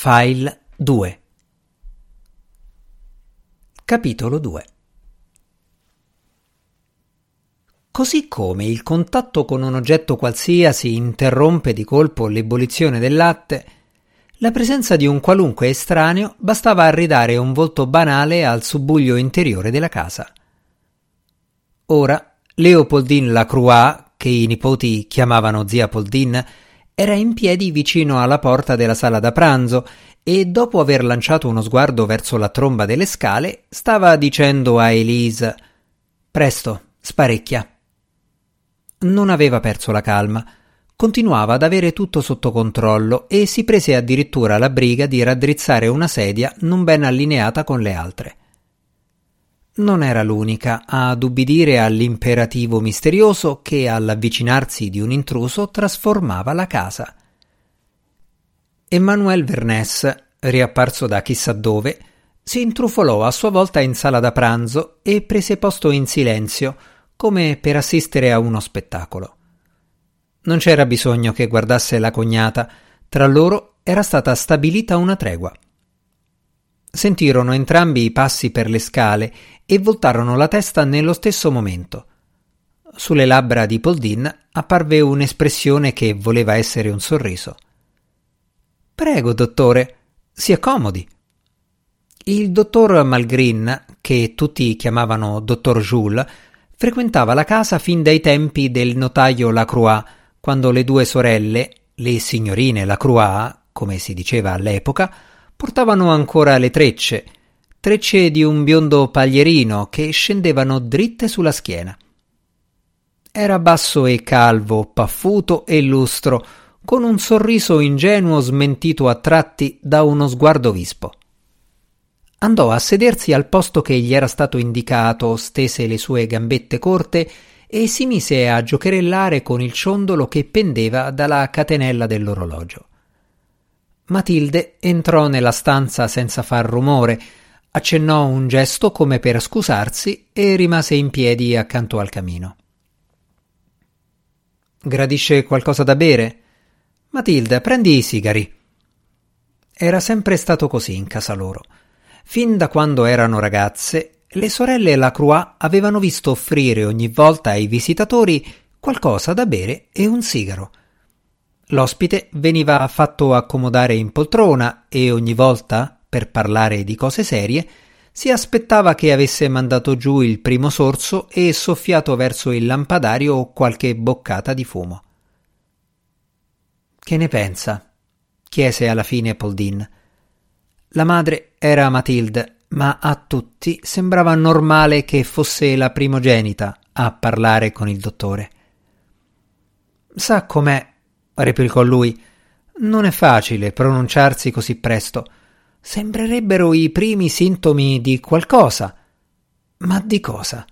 File 2. Capitolo 2. Così come il contatto con un oggetto qualsiasi interrompe di colpo l'ebollizione del latte, la presenza di un qualunque estraneo bastava a ridare un volto banale al subbuglio interiore della casa. Ora, Léopoldine Lacroix, che i nipoti chiamavano zia Poldine, era in piedi vicino alla porta della sala da pranzo e, dopo aver lanciato uno sguardo verso la tromba delle scale, stava dicendo a Élise: «Presto, sparecchia». Non aveva perso la calma, continuava ad avere tutto sotto controllo e si prese addirittura la briga di raddrizzare una sedia non ben allineata con le altre. Non era l'unica ad ubbidire all'imperativo misterioso che, all'avvicinarsi di un intruso, trasformava la casa. Emmanuel Vernès, riapparso da chissà dove, si intrufolò a sua volta in sala da pranzo e prese posto in silenzio, come per assistere a uno spettacolo. Non c'era bisogno che guardasse la cognata, tra loro era stata stabilita una tregua. Sentirono entrambi i passi per le scale e voltarono la testa nello stesso momento. Sulle labbra di Poldine apparve un'espressione che voleva essere un sorriso. «Prego, dottore, si accomodi». Il dottor Malgrin, che tutti chiamavano dottor Jules, frequentava la casa fin dai tempi del notaio Lacroix, quando le due sorelle, le signorine Lacroix, come si diceva all'epoca, portavano ancora le trecce di un biondo paglierino che scendevano dritte sulla schiena. Era basso e calvo, paffuto e lustro, con un sorriso ingenuo smentito a tratti da uno sguardo vispo. Andò a sedersi al posto che gli era stato indicato, stese le sue gambette corte e si mise a giocherellare con il ciondolo che pendeva dalla catenella dell'orologio. Matilde entrò nella stanza senza far rumore, accennò un gesto come per scusarsi e rimase in piedi accanto al camino. «Gradisce qualcosa da bere? Matilde, prendi i sigari». Era sempre stato così in casa loro. Fin da quando erano ragazze, le sorelle Lacroix avevano visto offrire ogni volta ai visitatori qualcosa da bere e un sigaro. L'ospite veniva fatto accomodare in poltrona e ogni volta, per parlare di cose serie, si aspettava che avesse mandato giù il primo sorso e soffiato verso il lampadario qualche boccata di fumo. «Che ne pensa?» chiese alla fine Poldine. La madre era Matilde, ma a tutti sembrava normale che fosse la primogenita a parlare con il dottore. «Sa com'è?» replicò lui. «Non è facile pronunciarsi così presto. Sembrerebbero i primi sintomi di qualcosa. Ma di cosa?»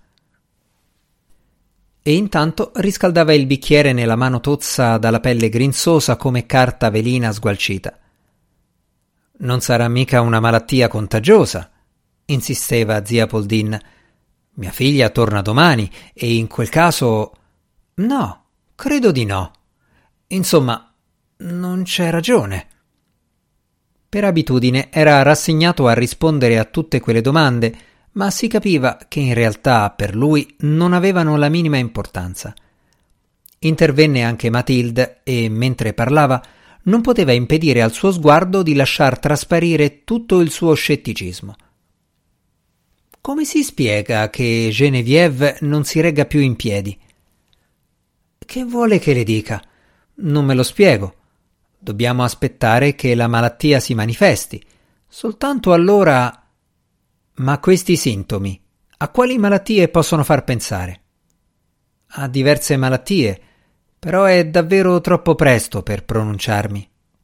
E intanto riscaldava il bicchiere nella mano tozza dalla pelle grinzosa come carta velina sgualcita. «Non sarà mica una malattia contagiosa?» insisteva zia Poldine. «Mia figlia torna domani e in quel caso...» «No, credo di no. Insomma, non c'è ragione». Per abitudine era rassegnato a rispondere a tutte quelle domande, ma si capiva che in realtà per lui non avevano la minima importanza. Intervenne anche Matilde e, mentre parlava, non poteva impedire al suo sguardo di lasciar trasparire tutto il suo scetticismo. «Come si spiega che Geneviève non si regga più in piedi?» «Che vuole che le dica? Non me lo spiego. Dobbiamo aspettare che la malattia si manifesti. Soltanto allora...» «Ma questi sintomi, a quali malattie possono far pensare?» «A diverse malattie, però è davvero troppo presto per pronunciarmi».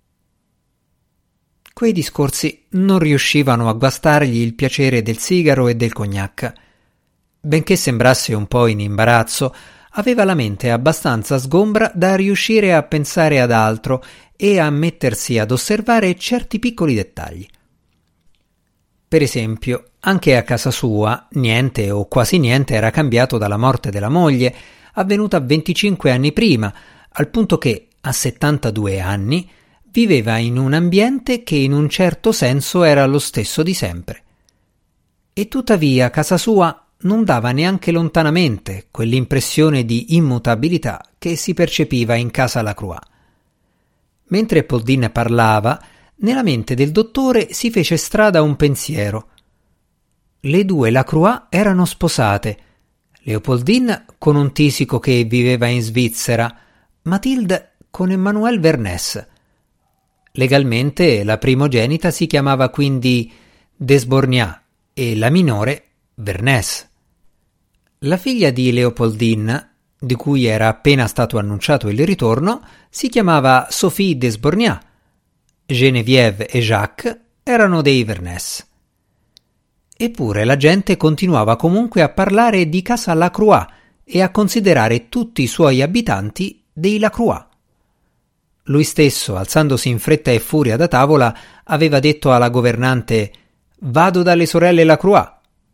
Quei discorsi non riuscivano a guastargli il piacere del sigaro e del cognac. Benché sembrasse un po' in imbarazzo, aveva la mente abbastanza sgombra da riuscire a pensare ad altro e a mettersi ad osservare certi piccoli dettagli. Per esempio, anche a casa sua niente o quasi niente era cambiato dalla morte della moglie, avvenuta 25 anni prima, al punto che, a 72 anni, viveva in un ambiente che in un certo senso era lo stesso di sempre. E tuttavia casa sua non dava neanche lontanamente quell'impressione di immutabilità che si percepiva in casa Lacroix. Mentre Pauldine parlava, nella mente del dottore si fece strada un pensiero. Le due Lacroix erano sposate, Léopoldine con un tisico che viveva in Svizzera, Mathilde con Emmanuel Vernès. Legalmente la primogenita si chiamava quindi Desborniat e la minore Vernès. La figlia di Léopoldine, di cui era appena stato annunciato il ritorno, si chiamava Sophie Desborniat. Geneviève e Jacques erano dei Vernès. Eppure la gente continuava comunque a parlare di casa Lacroix e a considerare tutti i suoi abitanti dei Lacroix. Lui stesso, alzandosi in fretta e furia da tavola, aveva detto alla governante: «Vado dalle sorelle Lacroix».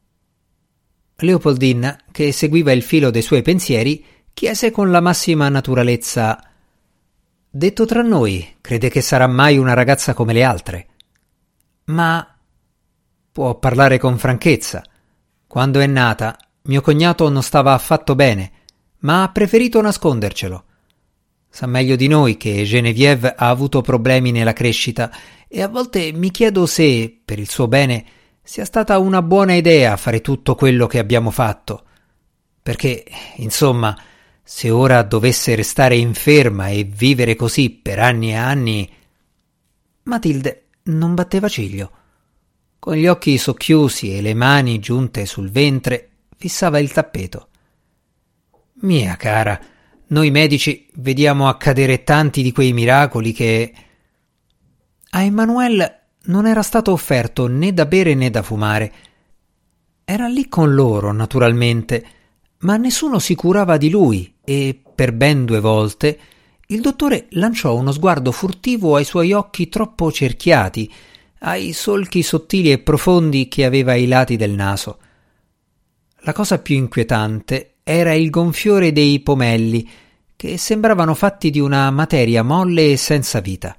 Léopoldine, che seguiva il filo dei suoi pensieri, chiese con la massima naturalezza: «Detto tra noi, crede che sarà mai una ragazza come le altre?» «Ma...» «Può parlare con franchezza. Quando è nata, mio cognato non stava affatto bene, ma ha preferito nascondercelo. Sa meglio di noi che Geneviève ha avuto problemi nella crescita e a volte mi chiedo se, per il suo bene, sia stata una buona idea fare tutto quello che abbiamo fatto. Perché, insomma, se ora dovesse restare inferma e vivere così per anni e anni...» Matilde non batteva ciglio. Con gli occhi socchiusi e le mani giunte sul ventre, fissava il tappeto. «Mia cara, noi medici vediamo accadere tanti di quei miracoli che...» A Emmanuel non era stato offerto né da bere né da fumare. Era lì con loro, naturalmente, ma nessuno si curava di lui e, per ben 2 volte, il dottore lanciò uno sguardo furtivo ai suoi occhi troppo cerchiati, ai solchi sottili e profondi che aveva ai lati del naso. La cosa più inquietante era il gonfiore dei pomelli, che sembravano fatti di una materia molle e senza vita.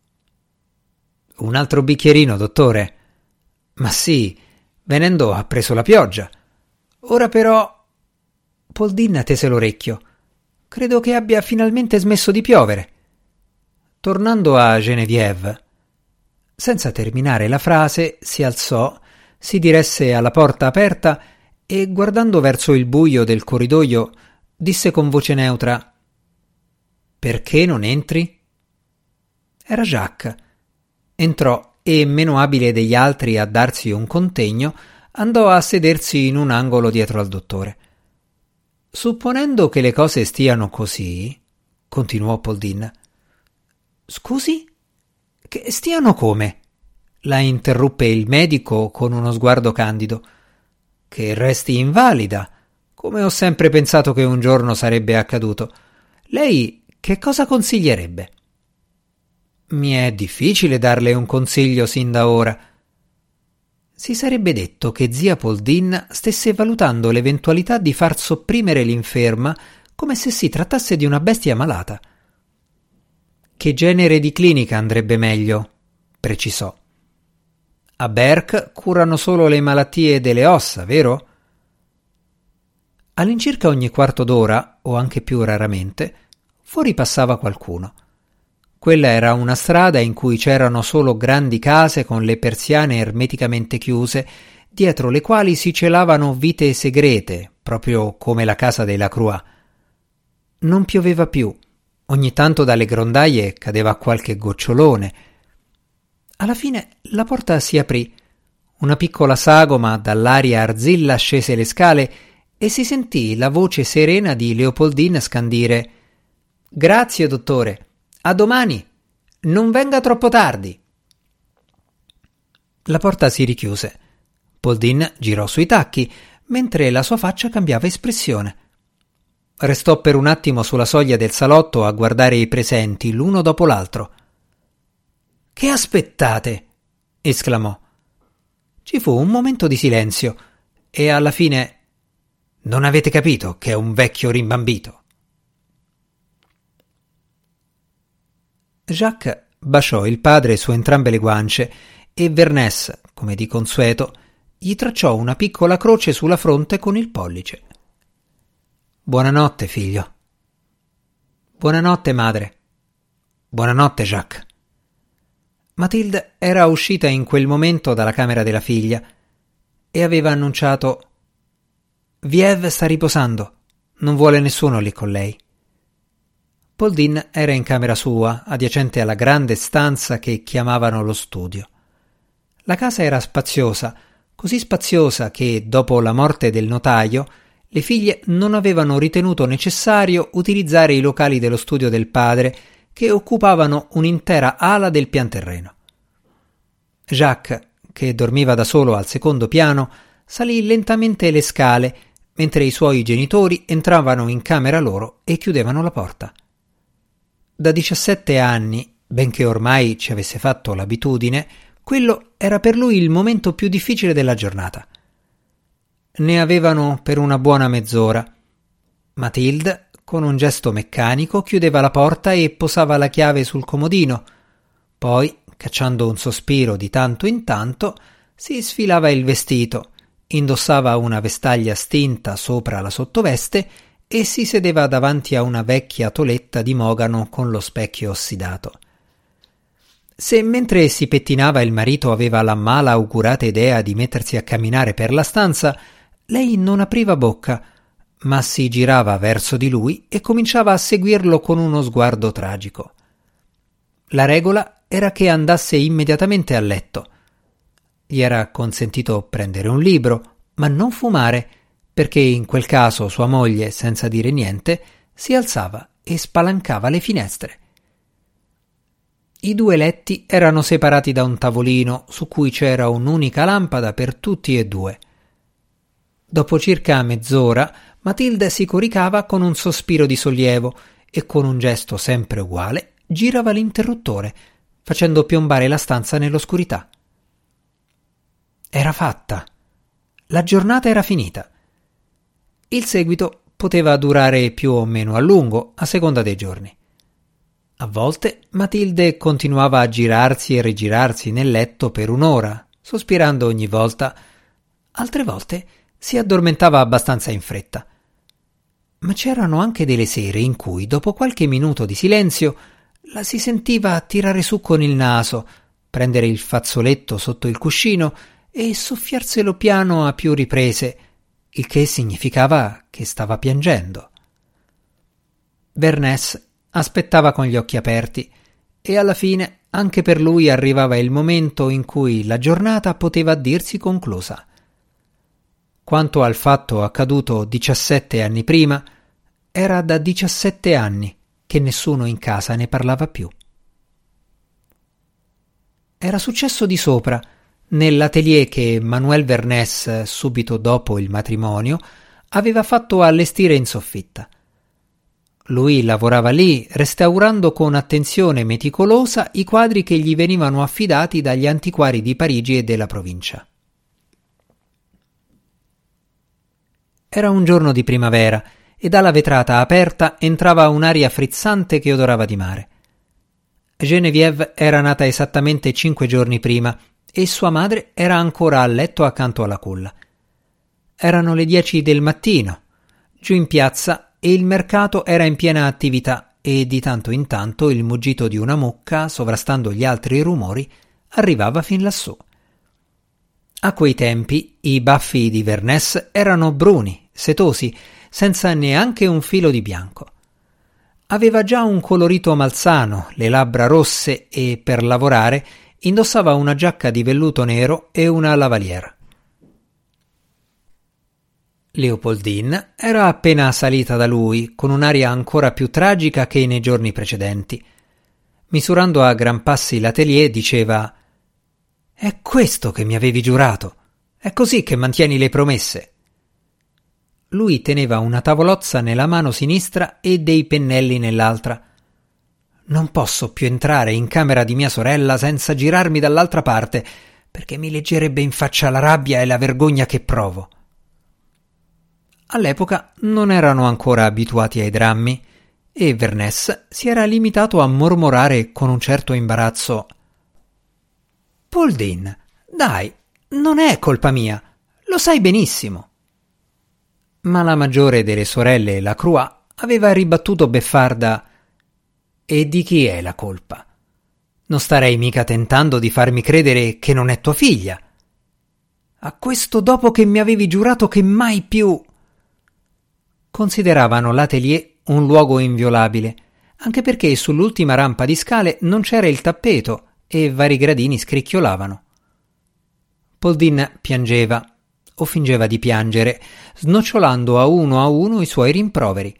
«Un altro bicchierino, dottore?» «Ma sì, venendo ha preso la pioggia. Ora però...» Pauldine tese l'orecchio. «Credo che abbia finalmente smesso di piovere». Tornando a Geneviève, senza terminare la frase, si alzò, si diresse alla porta aperta e, guardando verso il buio del corridoio, disse con voce neutra: «Perché non entri?» Era Jacques. Entrò e, meno abile degli altri a darsi un contegno, andò a sedersi in un angolo dietro al dottore. «Supponendo che le cose stiano così», continuò Pauldine. «Scusi? Che stiano come?» la interruppe il medico con uno sguardo candido. «Che resti invalida, come ho sempre pensato che un giorno sarebbe accaduto. Lei che cosa consiglierebbe?» «Mi è difficile darle un consiglio sin da ora». Si sarebbe detto che zia Pauldine stesse valutando l'eventualità di far sopprimere l'inferma come se si trattasse di una bestia malata. «Che genere di clinica andrebbe meglio?» precisò. «A Berck curano solo le malattie delle ossa, vero?» All'incirca ogni quarto d'ora, o anche più raramente, fuori passava qualcuno. Quella era una strada in cui c'erano solo grandi case con le persiane ermeticamente chiuse, dietro le quali si celavano vite segrete, proprio come la casa dei Lacroix. Non pioveva più. Ogni tanto dalle grondaie cadeva qualche gocciolone. Alla fine la porta si aprì. Una piccola sagoma dall'aria arzilla scese le scale e si sentì la voce serena di Léopoldine scandire: «Grazie, dottore. A domani. Non venga troppo tardi». La porta si richiuse. Pauldine girò sui tacchi, mentre la sua faccia cambiava espressione. Restò per un attimo sulla soglia del salotto a guardare i presenti l'uno dopo l'altro. «Che aspettate?» esclamò. Ci fu un momento di silenzio e alla fine: «Non avete capito che è un vecchio rimbambito?» Jacques baciò il padre su entrambe le guance e Vernès, come di consueto, gli tracciò una piccola croce sulla fronte con il pollice. «Buonanotte, figlio». «Buonanotte, madre». «Buonanotte, Jacques». Mathilde era uscita in quel momento dalla camera della figlia e aveva annunciato: «Vieve sta riposando, non vuole nessuno lì con lei». Pauldine era in camera sua, adiacente alla grande stanza che chiamavano lo studio. La casa era spaziosa, così spaziosa che, dopo la morte del notaio, le figlie non avevano ritenuto necessario utilizzare i locali dello studio del padre, che occupavano un'intera ala del pian terreno. Jacques, che dormiva da solo al secondo piano, salì lentamente le scale, mentre i suoi genitori entravano in camera loro e chiudevano la porta. Da 17 anni, benché ormai ci avesse fatto l'abitudine, quello era per lui il momento più difficile della giornata. Ne avevano per una buona mezz'ora. Mathilde, con un gesto meccanico, chiudeva la porta e posava la chiave sul comodino. Poi, cacciando un sospiro di tanto in tanto, si sfilava il vestito, indossava una vestaglia stinta sopra la sottoveste e si sedeva davanti a una vecchia toletta di mogano con lo specchio ossidato. Se mentre si pettinava il marito aveva la mala augurata idea di mettersi a camminare per la stanza, lei non apriva bocca, ma si girava verso di lui e cominciava a seguirlo con uno sguardo tragico. La regola era che andasse immediatamente a letto. Gli era consentito prendere un libro, ma non fumare, perché in quel caso sua moglie, senza dire niente, si alzava e spalancava le finestre. I due letti erano separati da un tavolino su cui c'era un'unica lampada per tutti e due. Dopo circa mezz'ora Mathilde si coricava con un sospiro di sollievo e con un gesto sempre uguale girava l'interruttore, facendo piombare la stanza nell'oscurità. Era fatta. La giornata era finita. Il seguito poteva durare più o meno a lungo, a seconda dei giorni. A volte Mathilde continuava a girarsi e rigirarsi nel letto per un'ora, sospirando ogni volta. Altre volte si addormentava abbastanza in fretta. Ma c'erano anche delle sere in cui, dopo qualche minuto di silenzio, la si sentiva tirare su con il naso, prendere il fazzoletto sotto il cuscino e soffiarselo piano a più riprese, il che significava che stava piangendo. Vernès aspettava con gli occhi aperti e alla fine anche per lui arrivava il momento in cui la giornata poteva dirsi conclusa. Quanto al fatto accaduto 17 anni prima, era da 17 anni che nessuno in casa ne parlava più. Era successo di sopra, nell'atelier che Manuel Vernès, subito dopo il matrimonio, aveva fatto allestire in soffitta. Lui lavorava lì, restaurando con attenzione meticolosa i quadri che gli venivano affidati dagli antiquari di Parigi e della provincia. Era un giorno di primavera e dalla vetrata aperta entrava un'aria frizzante che odorava di mare. Geneviève era nata esattamente 5 giorni prima e sua madre era ancora a letto accanto alla culla. Erano le 10 del mattino, giù in piazza, e il mercato era in piena attività e di tanto in tanto il muggito di una mucca, sovrastando gli altri rumori, arrivava fin lassù. A quei tempi i baffi di Vernès erano bruni, setosi, senza neanche un filo di bianco. Aveva già un colorito malsano, le labbra rosse e, per lavorare, indossava una giacca di velluto nero e una lavalière. Léopoldine era appena salita da lui, con un'aria ancora più tragica che nei giorni precedenti. Misurando a gran passi l'atelier, diceva: «È questo che mi avevi giurato. È così che mantieni le promesse». Lui teneva una tavolozza nella mano sinistra e dei pennelli nell'altra. «Non posso più entrare in camera di mia sorella senza girarmi dall'altra parte, perché mi leggerebbe in faccia la rabbia e la vergogna che provo». All'epoca non erano ancora abituati ai drammi e Vernès si era limitato a mormorare con un certo imbarazzo: «Paul Dean, dai, non è colpa mia, lo sai benissimo». Ma la maggiore delle sorelle, la Croix, aveva ribattuto beffarda: «E di chi è la colpa? Non starei mica tentando di farmi credere che non è tua figlia. A questo dopo che mi avevi giurato che mai più». Consideravano l'atelier un luogo inviolabile, anche perché sull'ultima rampa di scale non c'era il tappeto e vari gradini scricchiolavano. Paul Dean piangeva, o fingeva di piangere, snocciolando a uno i suoi rimproveri.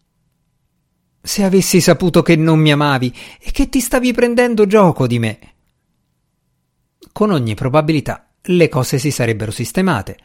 «Se avessi saputo che non mi amavi e che ti stavi prendendo gioco di me». Con ogni probabilità le cose si sarebbero sistemate.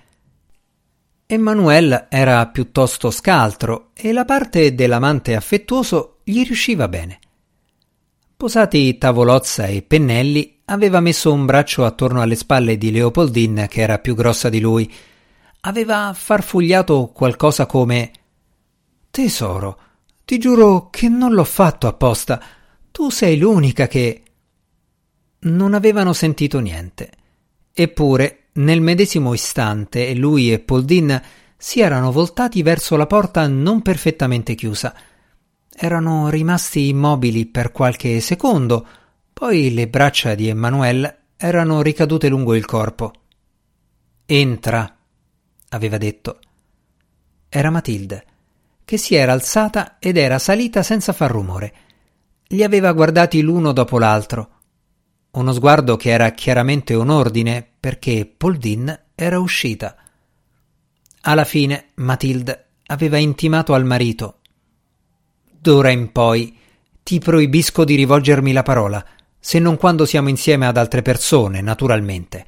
Emmanuel era piuttosto scaltro e la parte dell'amante affettuoso gli riusciva bene. Posati tavolozza e pennelli, aveva messo un braccio attorno alle spalle di Leopoldine, che era più grossa di lui. Aveva farfugliato qualcosa come: «Tesoro, ti giuro che non l'ho fatto apposta. Tu sei l'unica che...» Non avevano sentito niente. Eppure, nel medesimo istante, lui e Paul Dean si erano voltati verso la porta non perfettamente chiusa. Erano rimasti immobili per qualche secondo, poi le braccia di Emmanuel erano ricadute lungo il corpo. «Entra», aveva detto. Era Matilde, che si era alzata ed era salita senza far rumore. Li aveva guardati l'uno dopo l'altro. Uno sguardo che era chiaramente un ordine, perché Paul Dean era uscita. Alla fine Matilde aveva intimato al marito: «D'ora in poi ti proibisco di rivolgermi la parola, se non quando siamo insieme ad altre persone, naturalmente».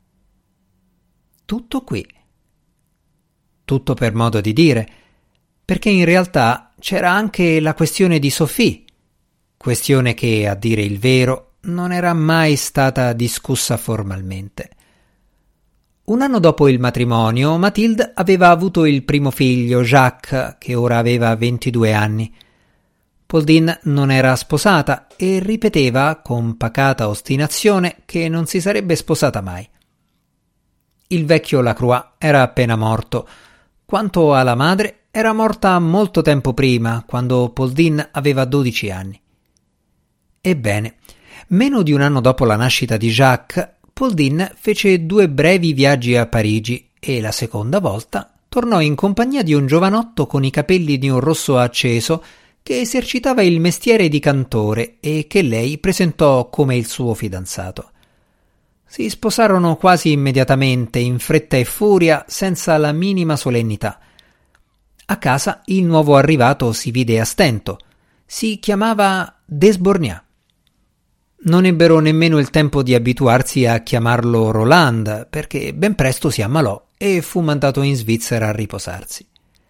Tutto qui. Tutto per modo di dire, perché in realtà c'era anche la questione di Sophie, questione che, a dire il vero, non era mai stata discussa formalmente. Un anno dopo il matrimonio, Mathilde aveva avuto il primo figlio, Jacques, che ora aveva 22 anni. Paul Dean non era sposata e ripeteva con pacata ostinazione che non si sarebbe sposata mai. Il vecchio Lacroix era appena morto. Quanto alla madre, era morta molto tempo prima, quando Paul Dean aveva 12 anni. Ebbene, meno di un anno dopo la nascita di Jacques, Paul Dean fece 2 brevi viaggi a Parigi e la seconda volta tornò in compagnia di un giovanotto con i capelli di un rosso acceso che esercitava il mestiere di cantore e che lei presentò come il suo fidanzato. Si sposarono quasi immediatamente, in fretta e furia, senza la minima solennità. A casa il nuovo arrivato si vide a stento. Si chiamava Desborgnat. Non ebbero nemmeno il tempo di abituarsi a chiamarlo Roland, perché ben presto si ammalò e fu mandato in Svizzera a riposarsi.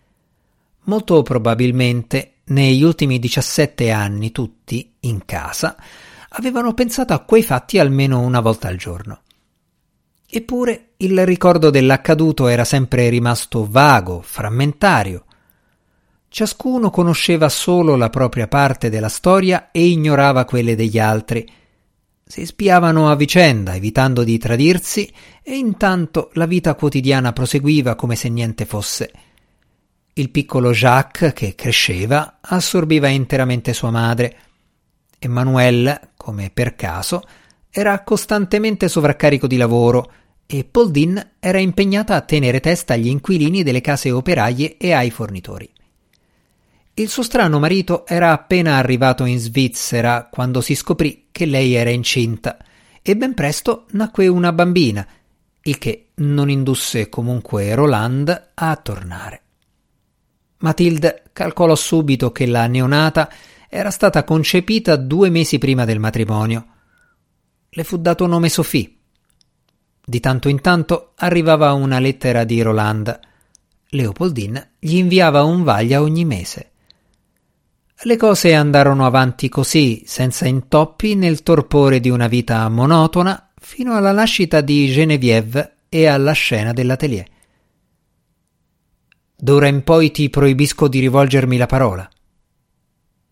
Molto probabilmente, negli ultimi 17 anni, tutti, in casa, avevano pensato a quei fatti almeno una volta al giorno. Eppure il ricordo dell'accaduto era sempre rimasto vago, frammentario. Ciascuno conosceva solo la propria parte della storia e ignorava quelle degli altri. Si spiavano a vicenda, evitando di tradirsi, e intanto la vita quotidiana proseguiva come se niente fosse. Il piccolo Jacques, che cresceva, assorbiva interamente sua madre. Emmanuel, come per caso, era costantemente sovraccarico di lavoro e Paul Dean era impegnata a tenere testa agli inquilini delle case operaie e ai fornitori. Il suo strano marito era appena arrivato in Svizzera quando si scoprì che lei era incinta e ben presto nacque una bambina, il che non indusse comunque Roland a tornare. Mathilde calcolò subito che la neonata era stata concepita 2 mesi prima del matrimonio. Le fu dato nome Sophie. Di tanto in tanto arrivava una lettera di Roland. Leopoldine gli inviava un vaglia ogni mese. Le cose andarono avanti così, senza intoppi, nel torpore di una vita monotona, fino alla nascita di Geneviève e alla scena dell'atelier. «D'ora in poi ti proibisco di rivolgermi la parola».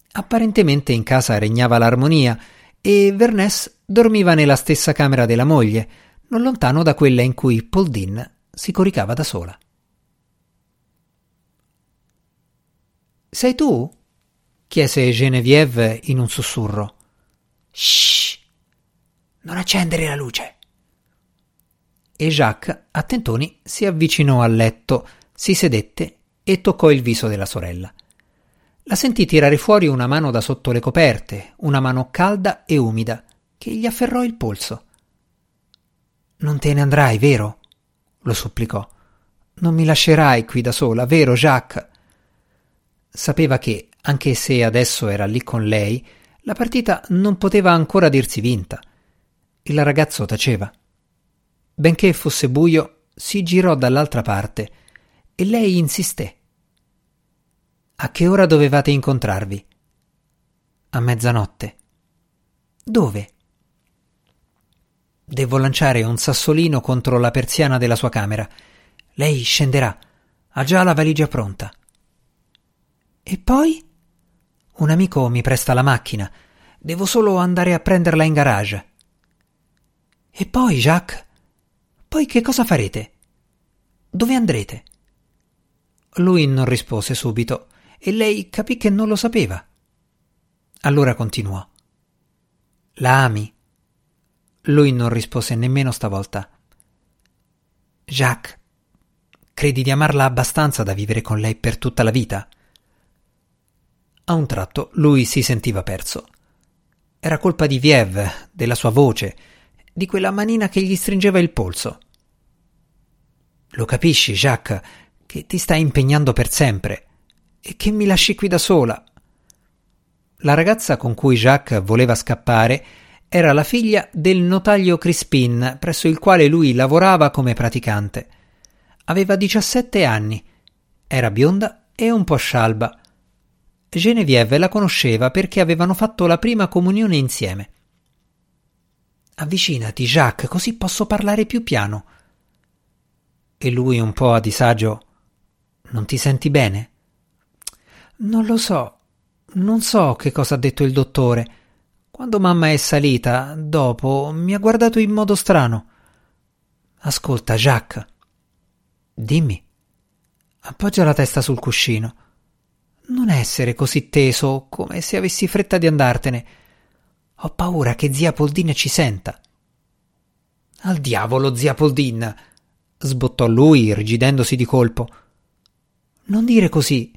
Apparentemente in casa regnava l'armonia e Vernès dormiva nella stessa camera della moglie, non lontano da quella in cui Paul Dean si coricava da sola. «Sei tu?» chiese Geneviève in un sussurro. «Shh! Non accendere la luce!» E Jacques, a tentoni, si avvicinò al letto, si sedette e toccò il viso della sorella. La sentì tirare fuori una mano da sotto le coperte, una mano calda e umida, che gli afferrò il polso. «Non te ne andrai, vero?» lo supplicò. «Non mi lascerai qui da sola, vero, Jacques?» Sapeva che, anche se adesso era lì con lei, la partita non poteva ancora dirsi vinta. Il ragazzo taceva. Benché fosse buio, si girò dall'altra parte e lei insisté. «A che ora dovevate incontrarvi?» «A mezzanotte». «Dove?» «Devo lanciare un sassolino contro la persiana della sua camera. Lei scenderà. Ha già la valigia pronta». «E poi?» «Un amico mi presta la macchina. Devo solo andare a prenderla in garage». «E poi, Jacques? Poi che cosa farete? Dove andrete?» Lui non rispose subito e lei capì che non lo sapeva. Allora continuò. «La ami?» Lui non rispose nemmeno stavolta. «Jacques, credi di amarla abbastanza da vivere con lei per tutta la vita?» A un tratto lui si sentiva perso. Era colpa di Viève, della sua voce, di quella manina che gli stringeva il polso. «Lo capisci, Jacques, che ti stai impegnando per sempre e che mi lasci qui da sola?» La ragazza con cui Jacques voleva scappare era la figlia del notaio Crispin, presso il quale lui lavorava come praticante. Aveva 17 anni, era bionda e un po' scialba. Geneviève la conosceva perché avevano fatto la prima comunione insieme. «Avvicinati, Jacques, così posso parlare più piano». E lui, un po' a disagio: «Non ti senti bene?» «Non lo so. Non so che cosa ha detto il dottore. Quando mamma è salita, dopo, mi ha guardato in modo strano». «Ascolta, Jacques». «Dimmi». «Appoggia la testa sul cuscino. Non essere così teso, come se avessi fretta di andartene. Ho paura che zia Poldin ci senta». «Al diavolo, zia Poldin!» sbottò lui, irrigidendosi di colpo. «Non dire così.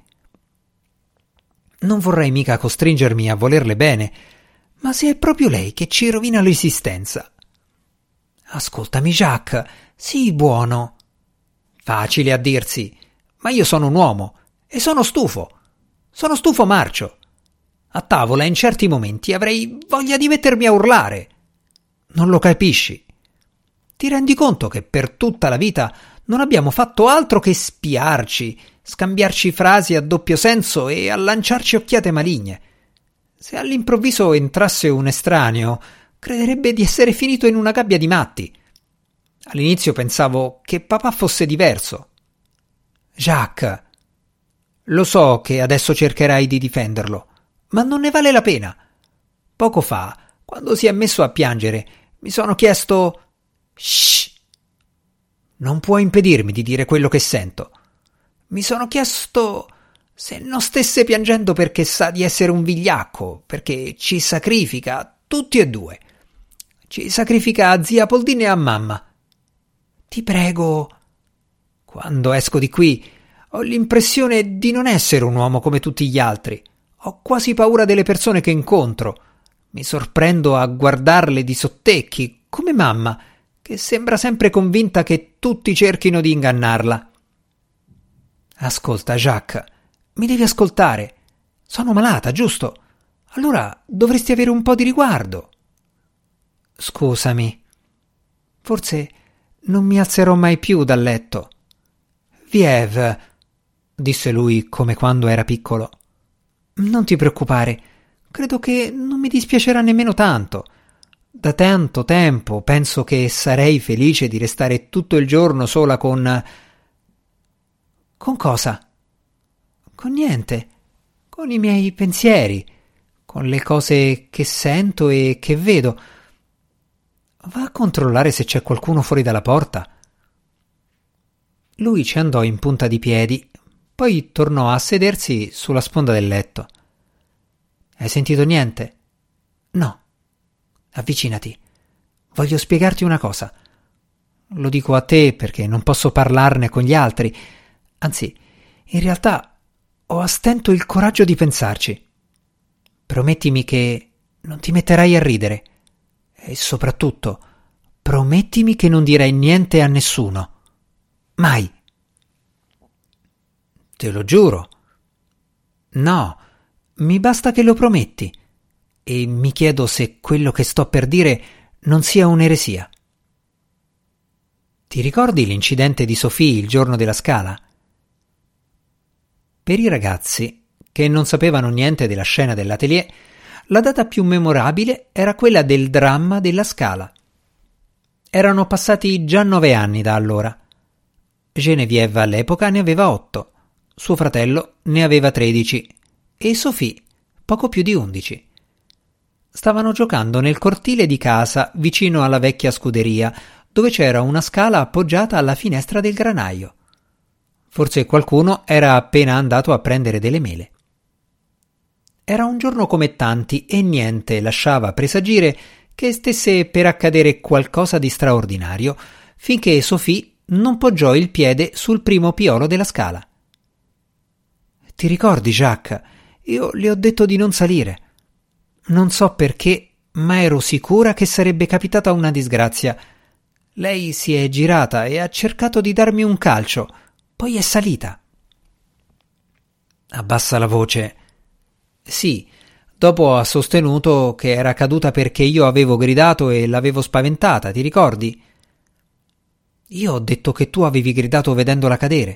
Non vorrei mica costringermi a volerle bene, ma se è proprio lei che ci rovina l'esistenza». «Ascoltami, Jacques, sii buono». «Facile a dirsi, ma io sono un uomo e sono stufo. Sono stufo marcio. A tavola in certi momenti avrei voglia di mettermi a urlare. Non lo capisci? Ti rendi conto che per tutta la vita non abbiamo fatto altro che spiarci, scambiarci frasi a doppio senso e a lanciarci occhiate maligne? Se all'improvviso entrasse un estraneo, crederebbe di essere finito in una gabbia di matti. All'inizio pensavo che papà fosse diverso». «Jacques, lo so che adesso cercherai di difenderlo, ma non ne vale la pena. Poco fa, quando si è messo a piangere, mi sono chiesto: shh, non può impedirmi di dire quello che sento. Mi sono chiesto se non stesse piangendo perché sa di essere un vigliacco, perché ci sacrifica tutti e due. Ci sacrifica a zia Poldin e a mamma. Ti prego, quando esco di qui ho l'impressione di non essere un uomo come tutti gli altri. Ho quasi paura delle persone che incontro. Mi sorprendo a guardarle di sottecchi, come mamma, che sembra sempre convinta che tutti cerchino di ingannarla». «Ascolta, Jacques, mi devi ascoltare. Sono malata, giusto? Allora dovresti avere un po' di riguardo». «Scusami. Forse non mi alzerò mai più dal letto». «Viève», disse lui come quando era piccolo, «non ti preoccupare. Credo che non mi dispiacerà nemmeno tanto. Da tanto tempo penso che sarei felice di restare tutto il giorno sola con...» «Con cosa?» «Con niente. Con i miei pensieri. con le cose che sento e che vedo. Va a controllare se c'è qualcuno fuori dalla porta. Lui ci andò in punta di piedi, poi tornò a sedersi sulla sponda del letto. Hai sentito niente? No. Avvicinati. Voglio spiegarti una cosa. Lo dico a te perché non posso parlarne con gli altri. Anzi, in realtà ho a stento il coraggio di pensarci. Promettimi che non ti metterai a ridere. E soprattutto, promettimi che non dirai niente a nessuno. Mai. Te lo giuro. No, mi basta che lo prometti. E mi chiedo se quello che sto per dire non sia un'eresia. Ti ricordi l'incidente di Sophie il giorno della Scala? Per i ragazzi, che non sapevano niente della scena dell'atelier, la data più memorabile era quella del dramma della Scala. Erano passati già 9 anni da allora. Geneviève all'epoca ne aveva 8, suo fratello ne aveva 13 e Sophie poco più di 11. Stavano giocando nel cortile di casa vicino alla vecchia scuderia, dove c'era una scala appoggiata alla finestra del granaio. Forse qualcuno era appena andato a prendere delle mele. Era un giorno come tanti e niente lasciava presagire che stesse per accadere qualcosa di straordinario finché Sophie non poggiò il piede sul primo piolo della scala. Ti ricordi, Jacques? Io le ho detto di non salire. Non so perché, ma ero sicura che sarebbe capitata una disgrazia. Lei si è girata e ha cercato di darmi un calcio, poi è salita. Abbassa la voce. Sì, dopo ha sostenuto che era caduta perché io avevo gridato e l'avevo spaventata, ti ricordi? Io ho detto che tu avevi gridato vedendola cadere.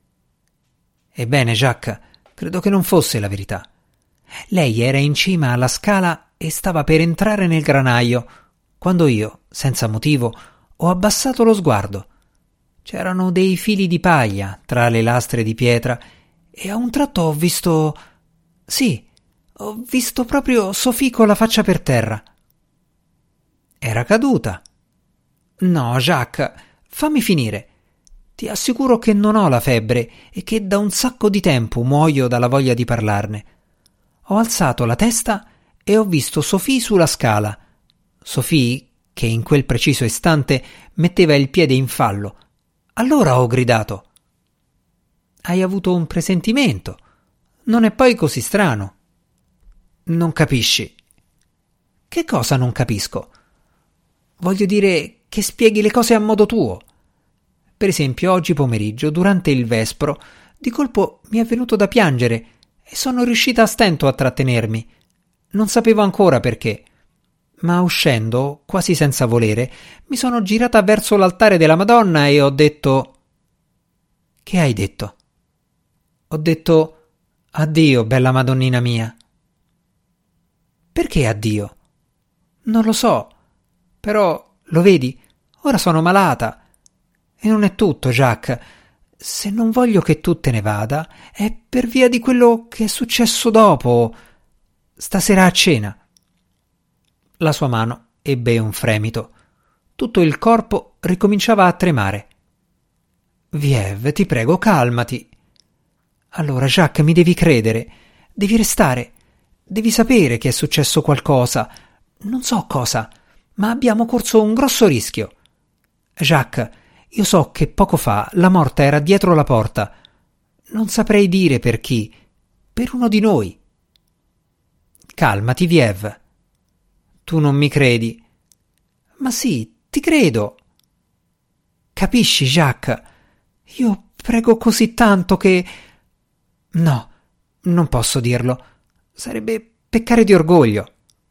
Ebbene, Jacques, credo che non fosse la verità. Lei era in cima alla scala e stava per entrare nel granaio, quando io, senza motivo, ho abbassato lo sguardo. C'erano dei fili di paglia tra le lastre di pietra e a un tratto ho visto... Sì, ho visto proprio Sophie con la faccia per terra. Era caduta. No, Jacques, fammi finire. Ti assicuro che non ho la febbre e che da un sacco di tempo muoio dalla voglia di parlarne. Ho alzato la testa e ho visto Sophie sulla scala. Sophie, che in quel preciso istante metteva il piede in fallo. Allora ho gridato. Hai avuto un presentimento. Non è poi così strano. Non capisci. Che cosa non capisco? Voglio dire che spieghi le cose a modo tuo. Per esempio, oggi pomeriggio, durante il vespro, di colpo mi è venuto da piangere e sono riuscita a stento a trattenermi. Non sapevo ancora perché, ma uscendo, quasi senza volere, mi sono girata verso l'altare della Madonna e ho detto... Che hai detto? Ho detto... Addio, bella Madonnina mia. Perché addio? Non lo so, però, lo vedi, ora sono malata. E non è tutto, Jacques. Se non voglio che tu te ne vada, è per via di quello che è successo dopo, stasera a cena. La sua mano ebbe un fremito. Tutto il corpo ricominciava a tremare. Vieve, ti prego, calmati. Allora, Jacques, mi devi credere. Devi restare. Devi sapere che è successo qualcosa. Non so cosa, ma abbiamo corso un grosso rischio. Jacques, io so che poco fa la morta era dietro la porta. Non saprei dire per chi. Per uno di noi. Calmati, Vieve. Tu non mi credi. Ma sì, ti credo. Capisci, Jacques? Io prego così tanto che... No, non posso dirlo. Sarebbe peccare di orgoglio.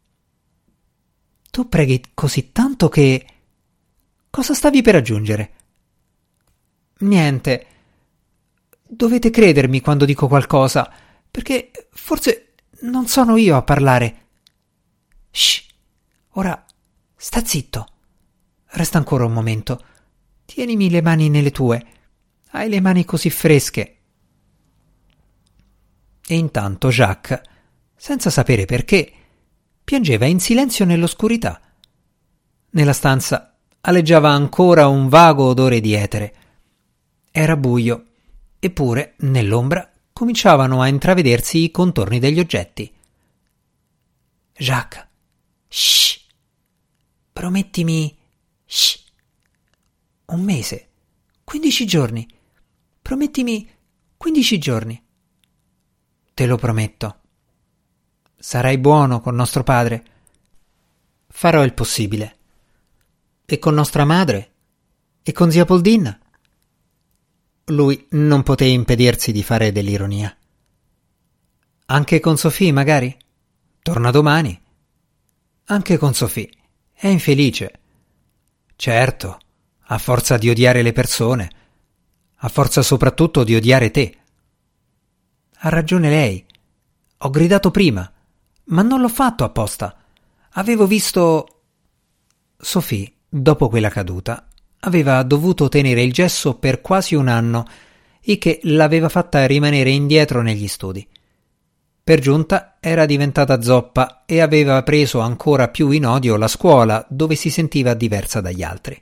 Tu preghi così tanto che... Cosa stavi per aggiungere? Niente. Dovete credermi quando dico qualcosa, perché forse non sono io a parlare. Shh. Ora sta zitto. Resta ancora un momento. Tienimi le mani nelle tue. Hai le mani così fresche. E intanto Jacques senza sapere perché, piangeva in silenzio nell'oscurità. Nella stanza aleggiava ancora un vago odore di etere. Era buio, eppure nell'ombra cominciavano a intravedersi i contorni degli oggetti. Jacques, shh, promettimi, shh, 1 mese, 15 giorni, promettimi 15 giorni. Te lo prometto. Sarai buono con nostro padre. Farò il possibile. E con nostra madre? E con zia Poldin? Lui non poté impedirsi di fare dell'ironia. Anche con Sophie, magari? Torna domani. Anche con Sophie. È infelice. Certo, a forza di odiare le persone, a forza soprattutto di odiare te. Ha ragione lei. Ho gridato prima, ma non l'ho fatto apposta. Avevo visto... Sophie, dopo quella caduta, aveva dovuto tenere il gesso per quasi 1 anno, il che l'aveva fatta rimanere indietro negli studi. Per giunta era diventata zoppa e aveva preso ancora più in odio la scuola, dove si sentiva diversa dagli altri.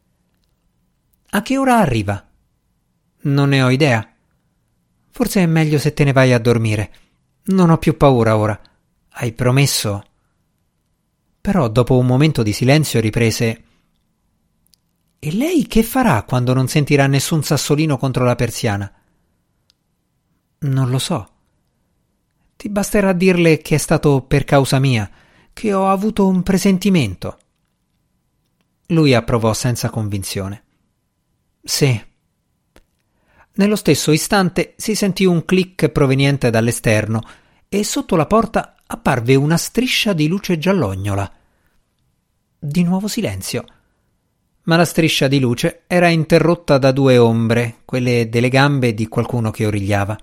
A che ora arriva? Non ne ho idea. Forse è meglio se te ne vai a dormire. Non ho più paura ora. Hai promesso? Però dopo un momento di silenzio riprese: e lei che farà quando non sentirà nessun sassolino contro la persiana? Non lo so. Ti basterà dirle che è stato per causa mia, che ho avuto un presentimento. Lui approvò senza convinzione. Sì. Nello stesso istante si sentì un click proveniente dall'esterno e sotto la porta apparve una striscia di luce giallognola. Di nuovo silenzio. Ma la striscia di luce era interrotta da 2 ombre, quelle delle gambe di qualcuno che origliava.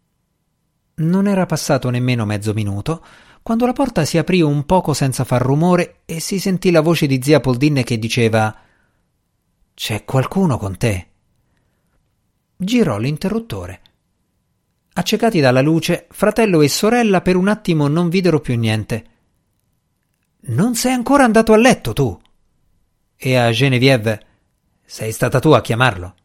Non era passato nemmeno mezzo minuto quando la porta si aprì un poco senza far rumore e si sentì la voce di zia Poldin che diceva: «C'è qualcuno con te?» Girò l'interruttore. Accecati dalla luce, fratello e sorella per un attimo non videro più niente. «Non sei ancora andato a letto, tu?» E a Geneviève: «Sei stata tu a chiamarlo?»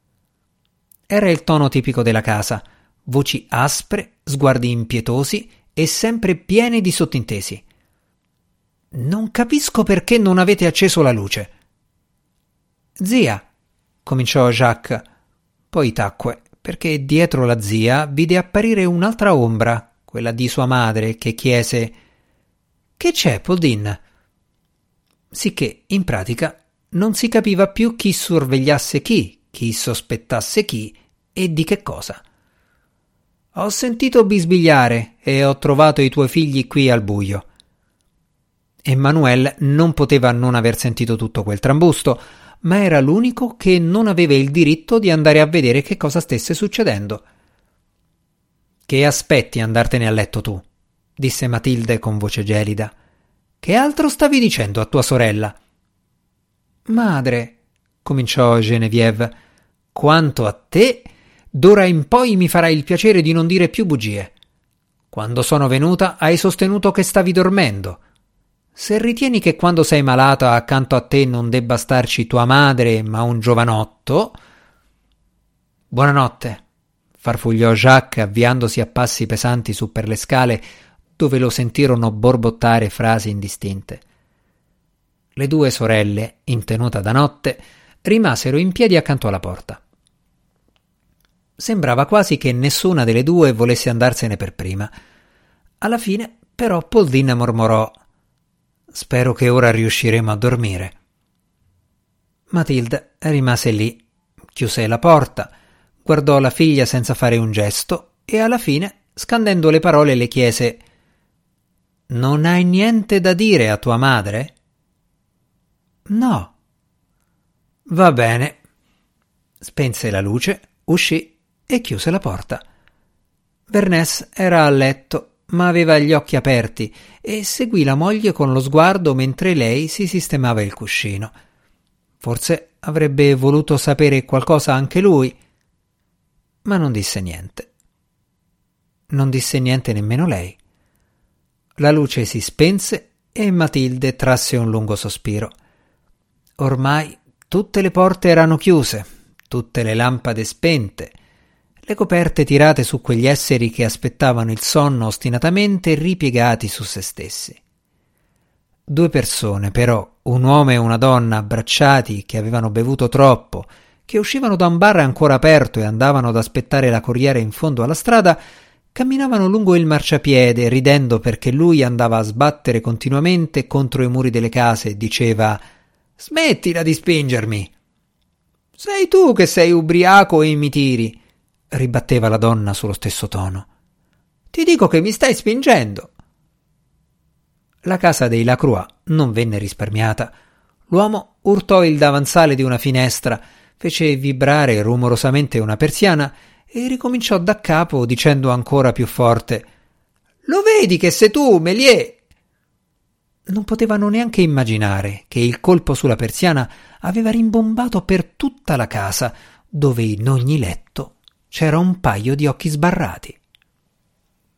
Era il tono tipico della casa, voci aspre, sguardi impietosi e sempre pieni di sottintesi. «Non capisco perché non avete acceso la luce». «Zia», cominciò Jacques, poi tacque, perché dietro la zia vide apparire un'altra ombra, quella di sua madre, che chiese: «Che c'è, Poldin?» Sicché, in pratica, non si capiva più chi sorvegliasse chi sospettasse chi e di che cosa. «Ho sentito bisbigliare e ho trovato i tuoi figli qui al buio». Emmanuel non poteva non aver sentito tutto quel trambusto, ma era l'unico che non aveva il diritto di andare a vedere che cosa stesse succedendo. «Che aspetti andartene a letto tu?» disse Matilde con voce gelida. «Che altro stavi dicendo a tua sorella?» «Madre», cominciò Geneviève, «quanto a te, d'ora in poi mi farai il piacere di non dire più bugie. Quando sono venuta hai sostenuto che stavi dormendo. Se ritieni che quando sei malata accanto a te non debba starci tua madre, ma un giovanotto...» «Buonanotte», farfugliò Jacques avviandosi a passi pesanti su per le scale, dove lo sentirono borbottare frasi indistinte. Le 2 sorelle, in tenuta da notte, rimasero in piedi accanto alla porta. Sembrava quasi che nessuna delle 2 volesse andarsene per prima. Alla fine, però, Poldin mormorò: «Spero che ora riusciremo a dormire». Matilde rimase lì, chiuse la porta, guardò la figlia senza fare un gesto e alla fine, scandendo le parole, le chiese: «Non hai niente da dire a tua madre?» «No». «Va bene». Spense la luce, uscì e chiuse la porta. Vernes era a letto, ma aveva gli occhi aperti e seguì la moglie con lo sguardo mentre lei si sistemava il cuscino. Forse avrebbe voluto sapere qualcosa anche lui, ma non disse niente. Non disse niente nemmeno lei. La luce si spense e Matilde trasse un lungo sospiro. Ormai tutte le porte erano chiuse, tutte le lampade spente, le coperte tirate su quegli esseri che aspettavano il sonno ostinatamente ripiegati su se stessi. 2 persone, però, un uomo e una donna abbracciati, che avevano bevuto troppo, che uscivano da un bar ancora aperto e andavano ad aspettare la corriera in fondo alla strada, camminavano lungo il marciapiede ridendo perché lui andava a sbattere continuamente contro i muri delle case e diceva: «Smettila di spingermi!» «Sei tu che sei ubriaco e mi tiri!» ribatteva la donna sullo stesso tono. «Ti dico che mi stai spingendo!» La casa dei Lacroix non venne risparmiata. L'uomo urtò il davanzale di una finestra, fece vibrare rumorosamente una persiana e ricominciò da capo dicendo ancora più forte: «Lo vedi che sei tu, Méliès?» Non potevano neanche immaginare che il colpo sulla persiana aveva rimbombato per tutta la casa, dove in ogni letto c'era un paio di occhi sbarrati.